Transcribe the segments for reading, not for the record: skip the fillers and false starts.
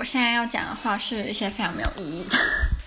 我现在要讲的话是一些非常没有意义的。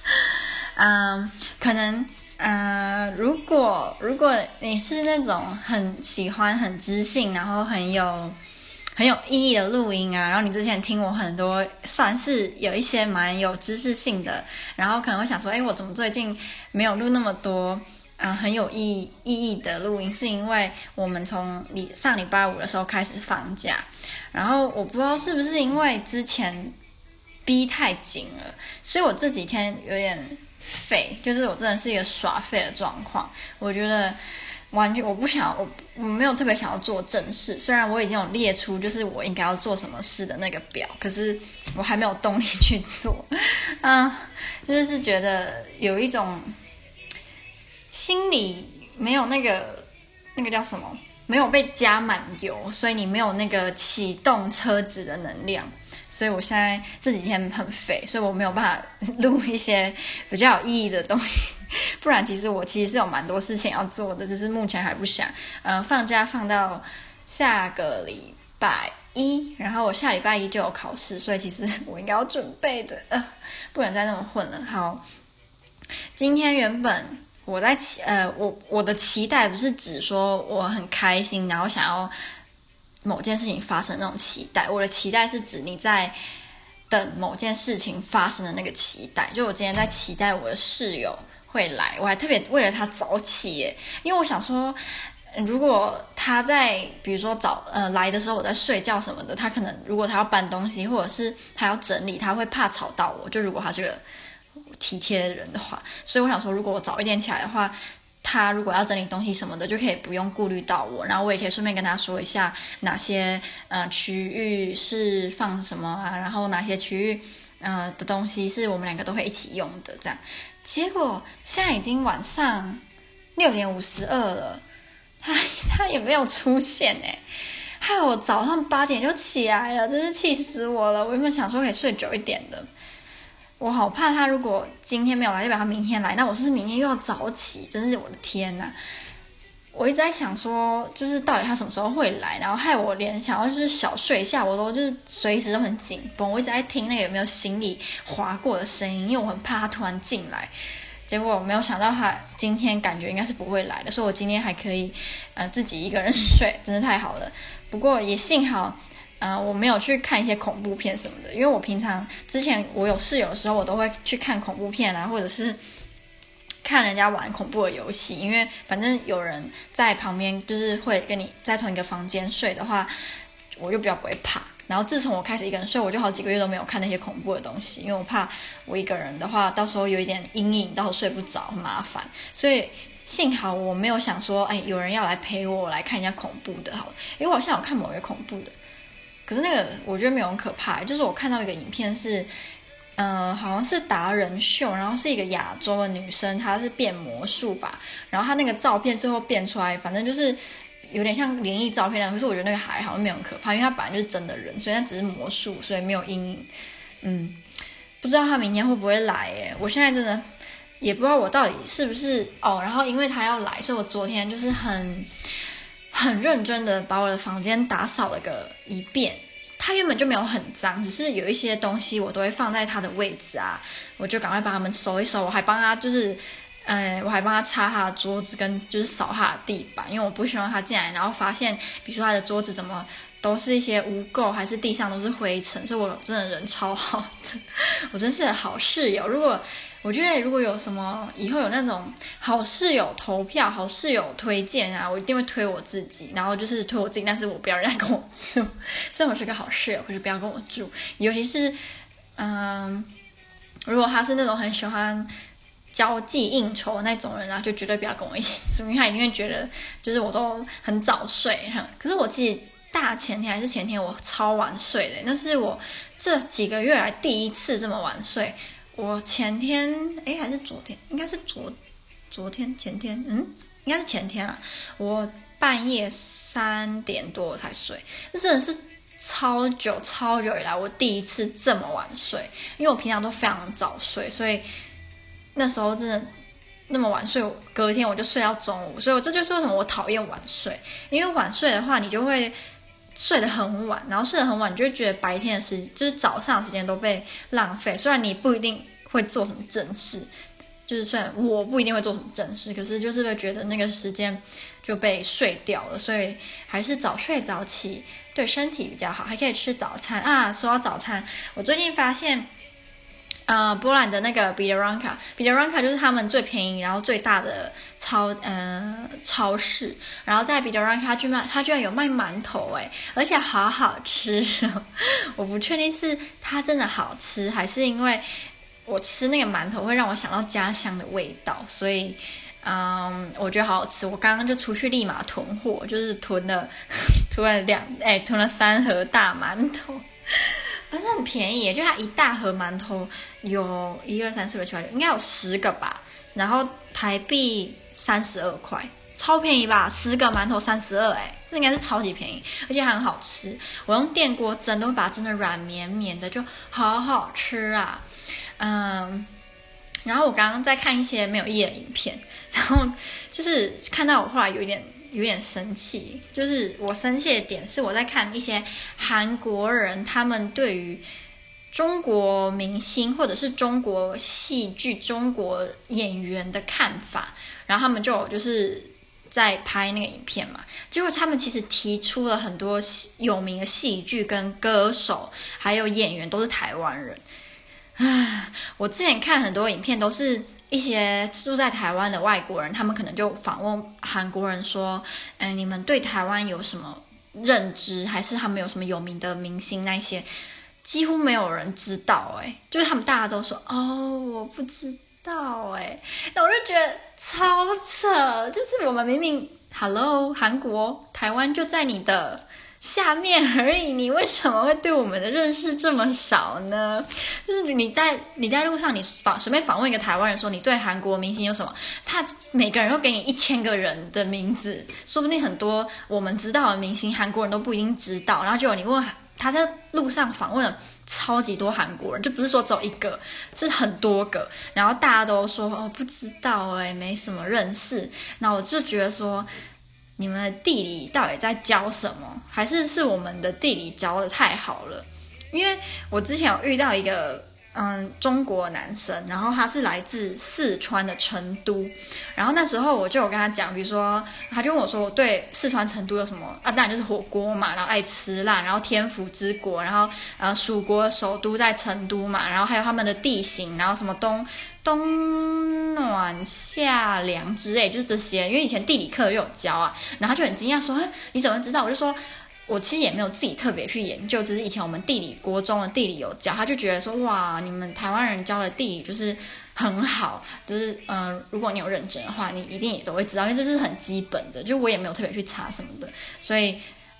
可能如果你是那种很喜欢很知性，然后很有意义的录音啊，然后你之前听我很多算是有一些蛮有知识性的，然后可能会想说我怎么最近没有录那么多很有意义的录音，是因为我们从上礼拜五的时候开始放假，然后我不知道是不是因为之前逼太紧了，所以我这几天有点废，就是我真的是一个耍废的状况。我觉得完全我没有特别想要做正事，虽然我已经有列出就是我应该要做什么事的那个表，可是我还没有动力去做。就是觉得有一种心里没有那个叫什么，没有被加满油，所以你没有那个启动车子的能量。所以我现在这几天很废，所以我没有办法录一些比较有意义的东西。不然其实是有蛮多事情要做的，只是目前还不想。放假放到下个礼拜一，然后我下礼拜一就有考试，所以其实我应该要准备的，不能再那么混了。好，今天原本我在我的期待不是指说我很开心，然后想要某件事情发生那种期待，我的期待是指你在等某件事情发生的那个期待。就我今天在期待我的室友会来，我还特别为了他早起耶，因为我想说如果他在比如说来的时候我在睡觉什么的，他可能如果他要搬东西或者是他要整理，他会怕吵到我，就如果他是个体贴的人的话，所以我想说如果我早一点起来的话，他如果要整理东西什么的就可以不用顾虑到我，然后我也可以顺便跟他说一下哪些区域是放什么啊，然后哪些区域的东西是我们两个都会一起用的这样。结果现在已经晚上6:52了，他也没有出现害我早上8点就起来了，真是气死我了。我原本想说可以睡久一点的，我好怕他如果今天没有来，代表他明天来，那我是不是明天又要早起？真是我的天哪！我一直在想说，就是到底他什么时候会来，然后害我连想要就是小睡一下，我都就是随时都很紧绷。我一直在听那个有没有行李划过的声音，因为我很怕他突然进来。结果我没有想到他今天感觉应该是不会来的，所以我今天还可以自己一个人睡，真是太好了。不过也幸好我没有去看一些恐怖片什么的，因为我平常之前我有室友的时候，我都会去看恐怖片啊，或者是看人家玩恐怖的游戏，因为反正有人在旁边，就是会跟你在同一个房间睡的话，我就比较不会怕。然后自从我开始一个人睡，我就好几个月都没有看那些恐怖的东西，因为我怕我一个人的话，到时候有一点阴影，到时候睡不着，很麻烦。所以幸好我没有想说，有人要来陪我来看一下恐怖的，好了，因为我好像有看某一个恐怖的。可是那个我觉得没有很可怕，就是我看到一个影片是好像是达人秀，然后是一个亚洲的女生，她是变魔术吧，然后她那个照片最后变出来，反正就是有点像灵异照片，可是我觉得那个还好，没有很可怕，因为她本来就是真的人，所以她只是魔术，所以没有阴影。不知道她明天会不会来我现在真的也不知道我到底是不是然后因为她要来，所以我昨天就是很认真的把我的房间打扫了个一遍。它原本就没有很脏，只是有一些东西我都会放在它的位置啊，我就赶快把它们收一收。我还帮他擦他的桌子跟就是扫他的地板，因为我不希望他进来然后发现比如说他的桌子怎么都是一些污垢，还是地上都是灰尘，所以我真的人超好的，我真是好室友。我觉得如果有什么以后有那种好室友投票、好室友推荐啊，我一定会推我自己，然后就是推我自己，但是我不要人家跟我住。虽然我是个好室友，可是不要跟我住。尤其是如果他是那种很喜欢交际应酬的那种人啊，就绝对不要跟我一起住，因为他一定会觉得就是我都很早睡。可是我记得大前天还是前天我超晚睡的，那是我这几个月来第一次这么晚睡。我前天还是昨天，应该是昨天前天，应该是前天啦。我半夜3点多我才睡，这真的是超久以来我第一次这么晚睡，因为我平常都非常早睡，所以那时候真的那么晚睡，隔天我就睡到中午，所以这就是为什么我讨厌晚睡。因为晚睡的话，你就会睡得很晚，然后睡得很晚，你就会觉得白天的时就是早上的时间都被浪费。虽然你不一定会做什么正事，就是虽然我不一定会做什么正事，可是就是会觉得那个时间就被睡掉了，所以还是早睡早起对身体比较好，还可以吃早餐啊。说到早餐，我最近发现。波兰的那个Biedronka就是他们最便宜然后最大的超市，然后在Biedronka它居然有卖馒头诶，而且好好吃哦。我不确定是它真的好吃，还是因为我吃那个馒头会让我想到家乡的味道，所以我觉得好好吃。我刚刚就出去立马囤货，就是囤了3盒大馒头。反正很便宜耶，就它一大盒馒头有1、2、3、4、5、6、7、8，应该有10个吧，然后台币32块，超便宜吧？10个馒头32，这应该是超级便宜，而且还很好吃。我用电锅蒸都会把它蒸得软绵绵的，就好好吃啊。然后我刚刚在看一些没有意义的影片，然后就是看到我后来有点生气，就是我生气的点是我在看一些韩国人他们对于中国明星或者是中国戏剧、中国演员的看法，然后他们就是在拍那个影片嘛，结果他们其实提出了很多有名的戏剧跟歌手还有演员都是台湾人。我之前看很多影片都是一些住在台湾的外国人，他们可能就访问韩国人说，你们对台湾有什么认知，还是他们有什么有名的明星，那些几乎没有人知道，就是他们大家都说我不知道，那我就觉得超扯，就是我们明明 Hello 韩国台湾就在你的下面而已，你为什么会对我们的认识这么少呢？就是你在路上，你随便访问一个台湾人说你对韩国明星有什么，他每个人都给你1000个人的名字，说不定很多我们知道的明星韩国人都不一定知道，然后结果你问他在路上访问了超级多韩国人，就不是说只有一个，是很多个，然后大家都说不知道没什么认识，那我就觉得说。你们的地理到底在教什么？还是我们的地理教的太好了？因为我之前有遇到一个中国男生，然后他是来自四川的成都，然后那时候我就有跟他讲，比如说他就问我说我对四川成都有什么当然就是火锅嘛，然后爱吃辣，然后天府之国，然后蜀国首都在成都嘛，然后还有他们的地形，然后什么冬暖夏凉之类，就是这些，因为以前地理课又有教啊，然后他就很惊讶说你怎么知道？我就说我其实也没有自己特别去研究，只是以前我们国中的地理有教，他就觉得说哇，你们台湾人教的地理就是很好，就是如果你有认真的话，你一定也都会知道，因为这是很基本的，就我也没有特别去查什么的，所以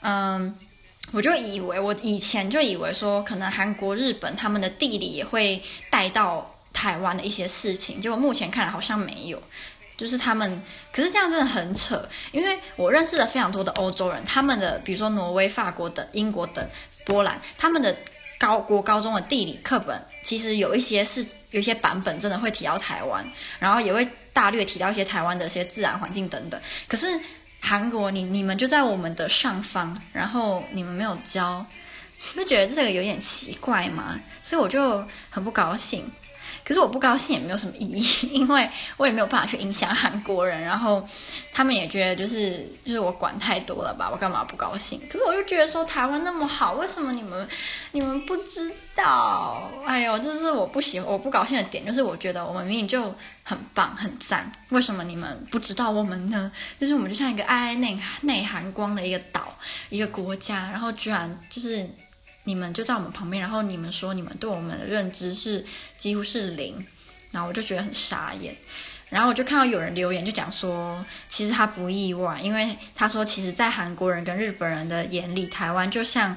我以前就以为说可能韩国、日本他们的地理也会带到台湾的一些事情，结果目前看来好像没有。就是他们，可是这样真的很扯，因为我认识了非常多的欧洲人，他们的比如说挪威、法国等、英国等、波兰，他们的高中的地理课本，其实有一些版本真的会提到台湾，然后也会大略提到一些台湾的一些自然环境等等。可是韩国，你们就在我们的上方，然后你们没有教，是不是觉得这个有点奇怪吗？所以我就很不高兴。可是我不高兴也没有什么意义，因为我也没有办法去影响韩国人，然后他们也觉得就是我管太多了吧，我干嘛不高兴？可是我就觉得说台湾那么好，为什么你们不知道？哎呦，这是我不高兴的点，就是我觉得我们明明就很棒很赞，为什么你们不知道我们呢？就是我们就像一个爱内涵光的一个岛，一个国家，然后居然就是你们就在我们旁边，然后你们说你们对我们的认知是几乎是0，然后我就觉得很傻眼。然后我就看到有人留言就讲说，其实他不意外，因为他说其实在韩国人跟日本人的眼里，台湾就像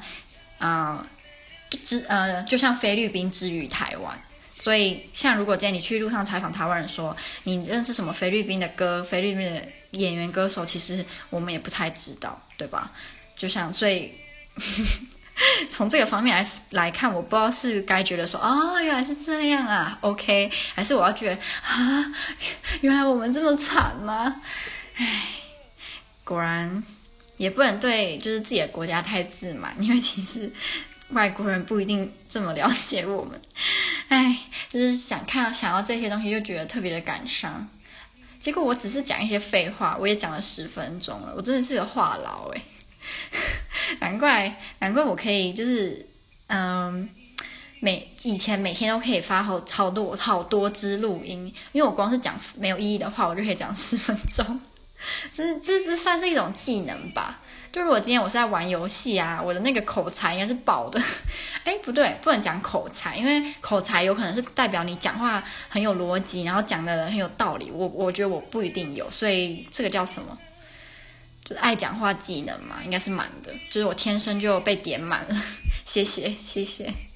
就像菲律宾之于台湾。所以像如果今天你去路上采访台湾人说你认识什么菲律宾的歌、菲律宾的演员歌手，其实我们也不太知道，对吧？就像所以从这个方面来看，我不知道是该觉得说原来是这样啊 OK， 还是我要觉得原来我们这么惨吗？果然也不能对就是自己的国家太自满，因为其实外国人不一定这么了解我们。就是想到这些东西就觉得特别的感伤。结果我只是讲一些废话，我也讲了10分钟了，我真的是个话痨难怪我可以就是以前每天都可以发好多支录音，因为我光是讲没有意义的话，我就可以讲10分钟。这算是一种技能吧。就如果今天我是在玩游戏啊，我的那个口才应该是爆的。不对，不能讲口才，因为口才有可能是代表你讲话很有逻辑，然后讲的很有道理。我觉得我不一定有，所以这个叫什么？就是爱讲话技能嘛，应该是满的，就是我天生就被点满了。谢谢。